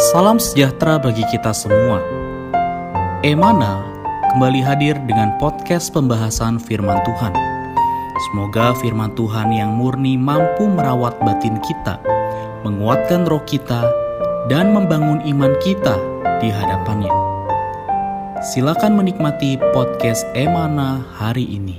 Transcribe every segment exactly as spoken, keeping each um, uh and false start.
Salam sejahtera bagi kita semua. Emana kembali hadir dengan podcast pembahasan firman Tuhan. Semoga firman Tuhan yang murni mampu merawat batin kita, menguatkan roh kita, dan membangun iman kita di hadapannya. Silakan menikmati podcast Emana hari ini.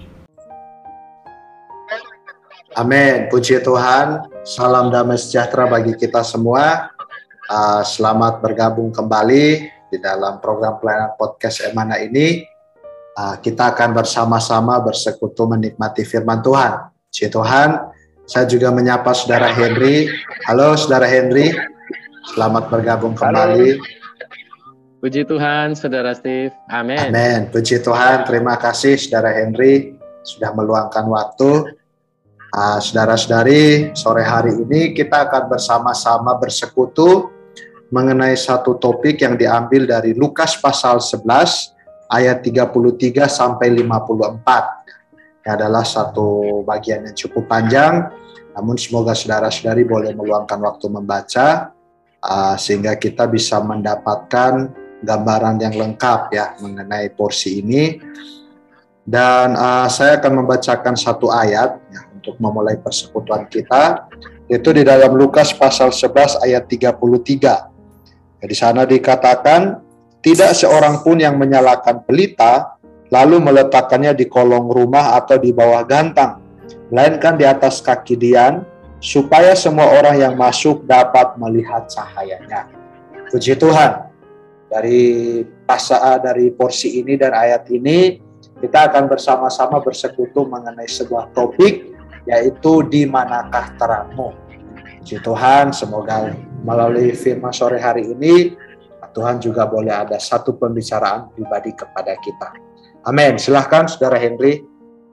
Amin, puji Tuhan. Salam damai sejahtera bagi kita semua. Uh, selamat bergabung kembali di dalam program pelayanan podcast Emana ini. Uh, kita akan bersama-sama bersekutu menikmati firman Tuhan. Puji Tuhan. Saya juga menyapa Saudara Henry. Halo Saudara Henry, selamat bergabung kembali. Halo. Puji Tuhan, Saudara Steve. Amin. Amin. Puji Tuhan. Terima kasih Saudara Henry sudah meluangkan waktu. Uh, Saudara-saudari, sore hari ini kita akan bersama-sama bersekutu mengenai satu topik yang diambil dari Lukas pasal sebelas ayat tiga puluh tiga sampai lima puluh empat. Ini adalah satu bagian yang cukup panjang, namun semoga saudara-saudari boleh meluangkan waktu membaca uh, sehingga kita bisa mendapatkan gambaran yang lengkap ya mengenai porsi ini. Dan uh, saya akan membacakan satu ayat ya, untuk memulai persekutuan kita, yaitu di dalam Lukas pasal sebelas ayat tiga puluh tiga. Di sana dikatakan, tidak seorang pun yang menyalakan pelita lalu meletakkannya di kolong rumah atau di bawah gantang, melainkan di atas kaki dian, supaya semua orang yang masuk dapat melihat cahayanya. Puji Tuhan. Dari pasal dari porsi ini dan ayat ini, kita akan bersama-sama bersekutu mengenai sebuah topik, yaitu di manakah terangmu. Puji Tuhan, semoga melalui firman sore hari ini, Tuhan juga boleh ada satu pembicaraan pribadi kepada kita. Amin. Silahkan Saudara Henry.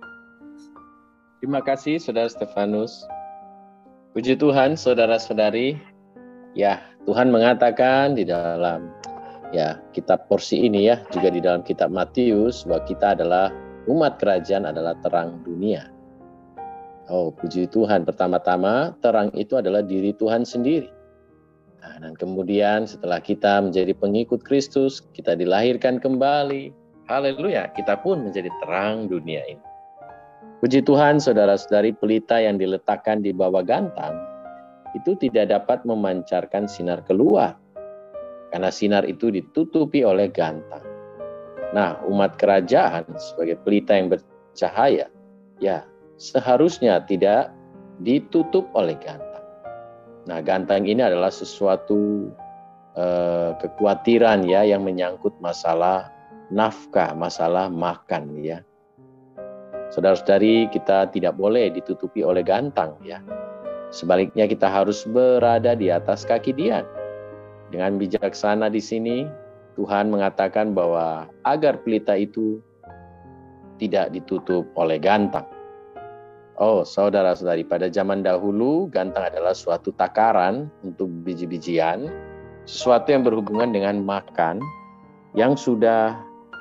Terima kasih Saudara Stefanus. Puji Tuhan, saudara-saudari. Ya, Tuhan mengatakan di dalam ya kitab porsi ini ya, juga di dalam kitab Matius, bahwa kita adalah umat kerajaan, adalah terang dunia. Oh, puji Tuhan, pertama-tama terang itu adalah diri Tuhan sendiri. Nah, dan kemudian setelah kita menjadi pengikut Kristus, kita dilahirkan kembali. Haleluya, kita pun menjadi terang dunia ini. Puji Tuhan, saudara-saudari, pelita yang diletakkan di bawah gantang itu tidak dapat memancarkan sinar keluar, karena sinar itu ditutupi oleh gantang. Nah, umat kerajaan sebagai pelita yang bercahaya, ya seharusnya tidak ditutup oleh gantang. Nah, gantang ini adalah sesuatu eh, kekhawatiran ya yang menyangkut masalah nafkah, masalah makan ya. Saudara-saudari, kita tidak boleh ditutupi oleh gantang ya. Sebaliknya kita harus berada di atas kaki dian. Dengan bijaksana di sini Tuhan mengatakan bahwa agar pelita itu tidak ditutup oleh gantang. Oh, saudara-saudari, pada zaman dahulu gantang adalah suatu takaran untuk biji-bijian, sesuatu yang berhubungan dengan makan yang sudah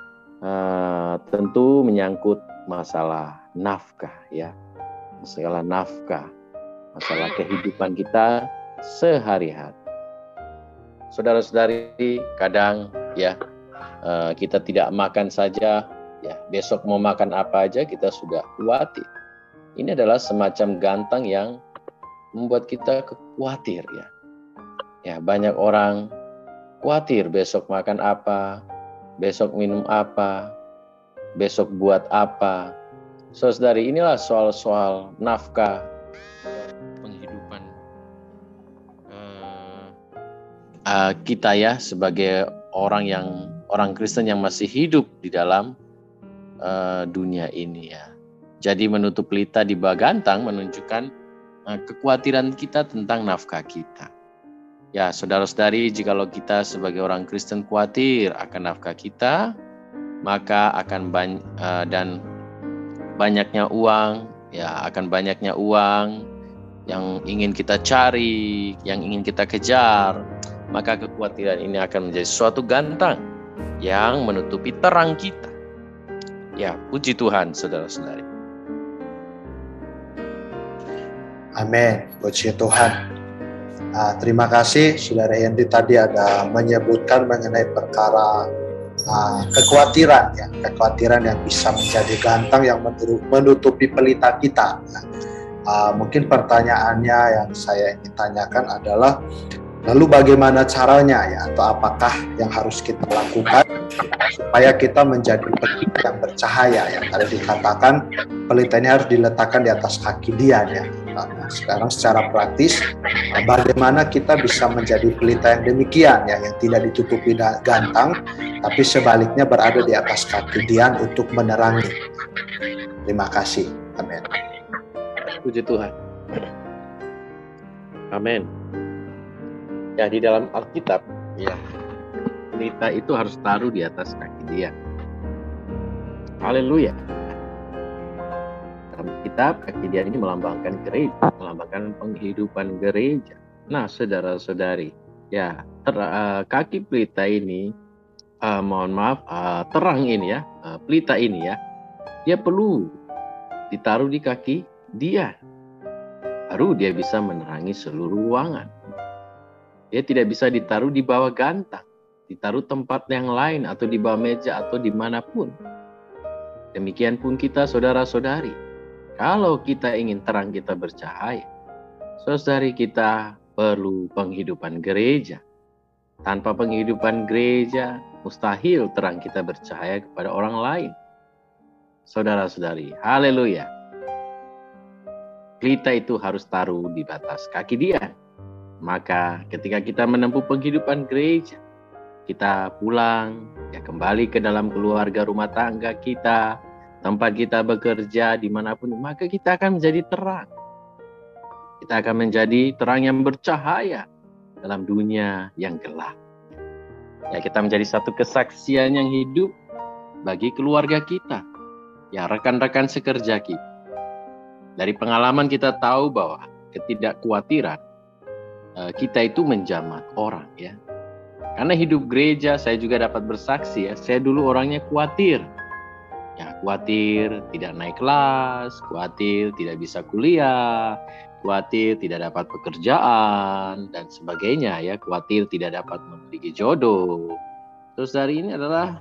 uh, tentu menyangkut masalah nafkah ya. Masalah nafkah, masalah kehidupan kita sehari-hari. Saudara-saudari, kadang ya uh, kita tidak makan saja, ya besok mau makan apa aja kita sudah khawatir. Ini adalah semacam gantang yang membuat kita khawatir ya. Ya, banyak orang khawatir besok makan apa, besok minum apa, besok buat apa. Saudari, inilah soal-soal nafkah, penghidupan uh, uh, kita ya sebagai orang yang orang Kristen yang masih hidup di dalam uh, dunia ini ya. Jadi menutup pelita di bawah gantang menunjukkan uh, kekhawatiran kita tentang nafkah kita. Ya, saudara-saudari, jikalau kita sebagai orang Kristen khawatir akan nafkah kita, maka akan banyak uh, dan banyaknya uang, ya akan banyaknya uang yang ingin kita cari, yang ingin kita kejar, maka kekhawatiran ini akan menjadi suatu gantang yang menutupi terang kita. Ya, puji Tuhan, saudara-saudari. Amin, puji Tuhan. Uh, terima kasih Saudara Henry tadi ada menyebutkan mengenai perkara uh, kekhawatiran ya, kekhawatiran yang bisa menjadi gantang yang menutupi pelita kita. Uh, mungkin pertanyaannya yang saya ingin tanyakan adalah lalu bagaimana caranya ya, atau apakah yang harus kita lakukan supaya kita menjadi pelita yang bercahaya ya. Tadi dikatakan pelita ini harus diletakkan di atas kaki Dian ya. Nah, sekarang secara praktis bagaimana kita bisa menjadi pelita yang demikian ya, yang tidak ditutupi gantang tapi sebaliknya berada di atas kaki Dian untuk menerangi. Terima kasih. Amin. Puji Tuhan. Amin. Ya, di dalam Alkitab ya, pelita itu harus taruh di atas kaki Dian. Haleluya. Dalam kitab, kaki Dian ini melambangkan gereja, melambangkan penghidupan gereja. Nah, saudara-saudari, ya, ter, uh, kaki pelita ini, uh, mohon maaf, uh, terang ini ya, uh, pelita ini ya, dia perlu ditaruh di kaki Dian. Baru dia bisa menerangi seluruh ruangan. Dia tidak bisa ditaruh di bawah gantang, ditaruh tempat yang lain, atau di bawah meja, atau dimanapun. Demikian pun kita, saudara-saudari. Kalau kita ingin terang kita bercahaya, saudari kita perlu penghidupan gereja. Tanpa penghidupan gereja, mustahil terang kita bercahaya kepada orang lain. Saudara-saudari, haleluya. Pelita itu harus taruh di batas kaki Dian. Maka ketika kita menempuh penghidupan gereja, kita pulang, ya kembali ke dalam keluarga rumah tangga kita, tempat kita bekerja, dimanapun, maka kita akan menjadi terang. Kita akan menjadi terang yang bercahaya dalam dunia yang gelap. Ya, kita menjadi satu kesaksian yang hidup bagi keluarga kita, ya rekan-rekan sekerja kita. Dari pengalaman kita tahu bahwa ketidakkhawatiran kita itu menjamat orang ya. Karena hidup gereja, saya juga dapat bersaksi ya, saya dulu orangnya khawatir. Ya, khawatir tidak naik kelas, khawatir tidak bisa kuliah, khawatir tidak dapat pekerjaan dan sebagainya ya, khawatir tidak dapat memiliki jodoh. Terus dari ini adalah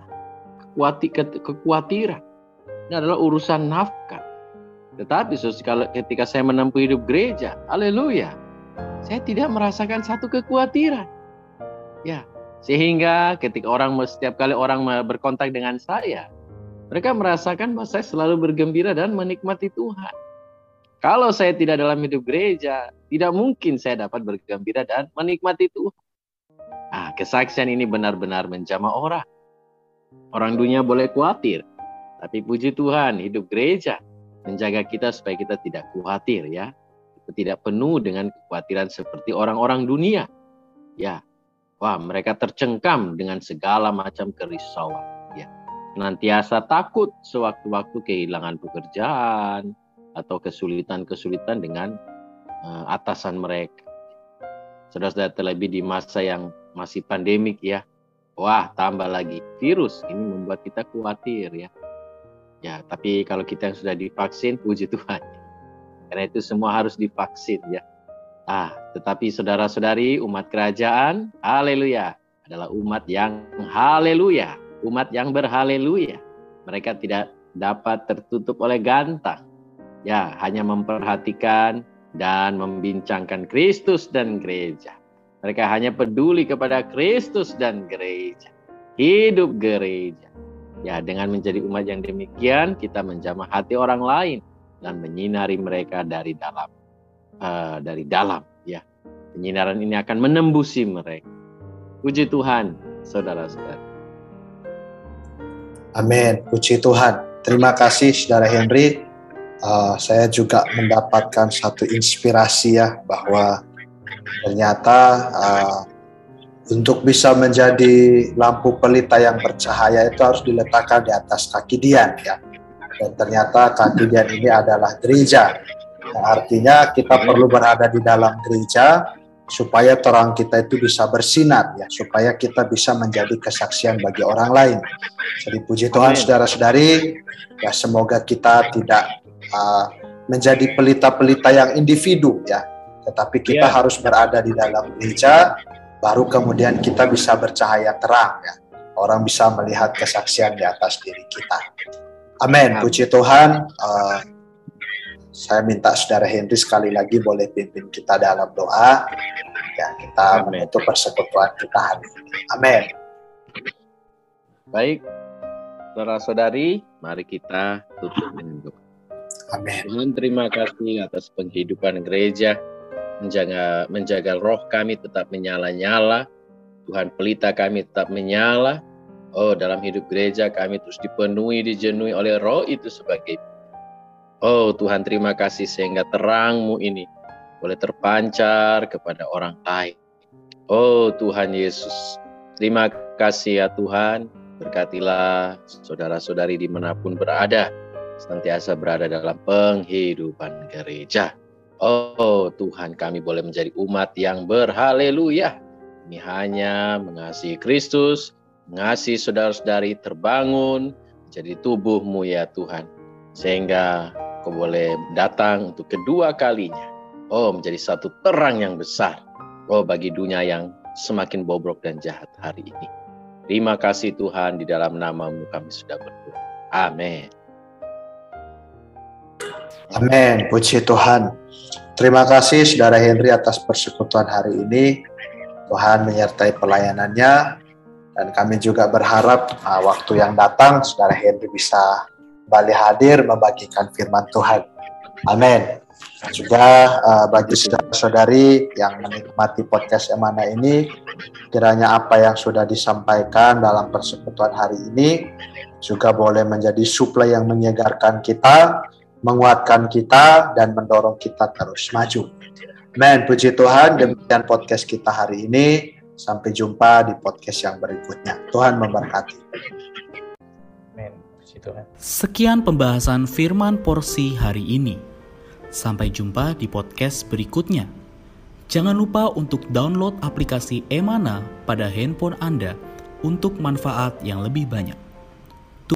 kekhawatiran. Ini adalah urusan nafkah. Tetapi kalau ketika saya menempuh hidup gereja, haleluya, saya tidak merasakan satu kekhawatiran. Ya, sehingga ketika orang setiap kali orang berkontak dengan saya, mereka merasakan bahwa saya selalu bergembira dan menikmati Tuhan. Kalau saya tidak dalam hidup gereja, tidak mungkin saya dapat bergembira dan menikmati Tuhan. Nah, kesaksian ini benar-benar menjamah orang. Orang dunia boleh khawatir, tapi puji Tuhan, hidup gereja menjaga kita supaya kita tidak khawatir ya. Kita tidak penuh dengan kekhawatiran seperti orang-orang dunia. Ya. Wah, mereka tercengkam dengan segala macam kerisauan ya. Senantiasa takut sewaktu-waktu kehilangan pekerjaan atau kesulitan-kesulitan dengan uh, atasan mereka. Saudara-saudara, terlebih di masa yang masih pandemik ya. Wah, tambah lagi virus ini membuat kita khawatir ya. Ya, tapi kalau kita yang sudah divaksin, puji Tuhan. Karena itu semua harus divaksin ya. Ah, tetapi saudara-saudari, umat kerajaan, haleluya, adalah umat yang haleluya, umat yang berhaleluya. Mereka tidak dapat tertutup oleh gantang. Ya, hanya memperhatikan dan membincangkan Kristus dan gereja. Mereka hanya peduli kepada Kristus dan gereja. Hidup gereja. Ya, dengan menjadi umat yang demikian, kita menjamah hati orang lain dan menyinari mereka dari dalam. Uh, dari dalam, ya. Penyinaran ini akan menembusi mereka. Puji Tuhan, saudara-saudara. Amin, puji Tuhan. Terima kasih, Saudara Henry. Uh, saya juga mendapatkan satu inspirasi ya, bahwa ternyata uh, untuk bisa menjadi lampu pelita yang bercahaya itu harus diletakkan di atas kaki Dian ya. Dan ternyata kaki Dian ini adalah gereja. Nah, artinya kita perlu berada di dalam gereja supaya terang kita itu bisa bersinar ya, supaya kita bisa menjadi kesaksian bagi orang lain. Jadi puji Tuhan, saudara-saudari, ya semoga kita tidak uh, menjadi pelita-pelita yang individu ya, tetapi kita yeah. harus berada di dalam gereja, baru kemudian kita bisa bercahaya terang ya. Orang bisa melihat kesaksian di atas diri kita. Amin. Puji Tuhan. Uh, saya minta Saudara Henry sekali lagi boleh pimpin kita dalam doa. Ya, kita Amen. Menutup persekutuan kita hari ini. Amin. Baik, saudara-saudari, mari kita tutup dengan doa. Amin. Tuhan, terima kasih atas penghidupan gereja, menjaga menjaga roh kami tetap menyala-nyala. Tuhan, pelita kami tetap menyala. Oh, dalam hidup gereja kami terus dipenuhi, dijenuhi oleh roh itu sebagai. Oh Tuhan, terima kasih sehingga terang-Mu ini boleh terpancar kepada orang lain. Oh Tuhan Yesus, terima kasih ya Tuhan. Berkatilah saudara-saudari dimanapun berada, senantiasa berada dalam penghidupan gereja. Oh Tuhan, kami boleh menjadi umat yang berhaleluya. Ini hanya mengasihi Kristus, mengasihi saudara-saudari terbangun menjadi tubuh-Mu ya Tuhan. Sehingga Kau boleh datang untuk kedua kalinya. Oh, menjadi satu terang yang besar. Oh, bagi dunia yang semakin bobrok dan jahat hari ini. Terima kasih Tuhan, di dalam nama-Mu kami sudah berdoa. Amin. Amin. Puji Tuhan. Terima kasih Saudara Henry atas persekutuan hari ini. Tuhan menyertai pelayanannya. Dan kami juga berharap uh, waktu yang datang Saudara Henry bisa kembali hadir membagikan firman Tuhan. Amin. Juga uh, bagi saudara-saudari yang menikmati podcast Emana ini, kiranya apa yang sudah disampaikan dalam persekutuan hari ini juga boleh menjadi suplai yang menyegarkan kita, menguatkan kita, dan mendorong kita terus maju. Amin. Puji Tuhan, demikian podcast kita hari ini. Sampai jumpa di podcast yang berikutnya. Tuhan memberkati. Sekian pembahasan firman porsi hari ini. Sampai jumpa di podcast berikutnya. Jangan lupa untuk download aplikasi Emana pada handphone Anda untuk manfaat yang lebih banyak.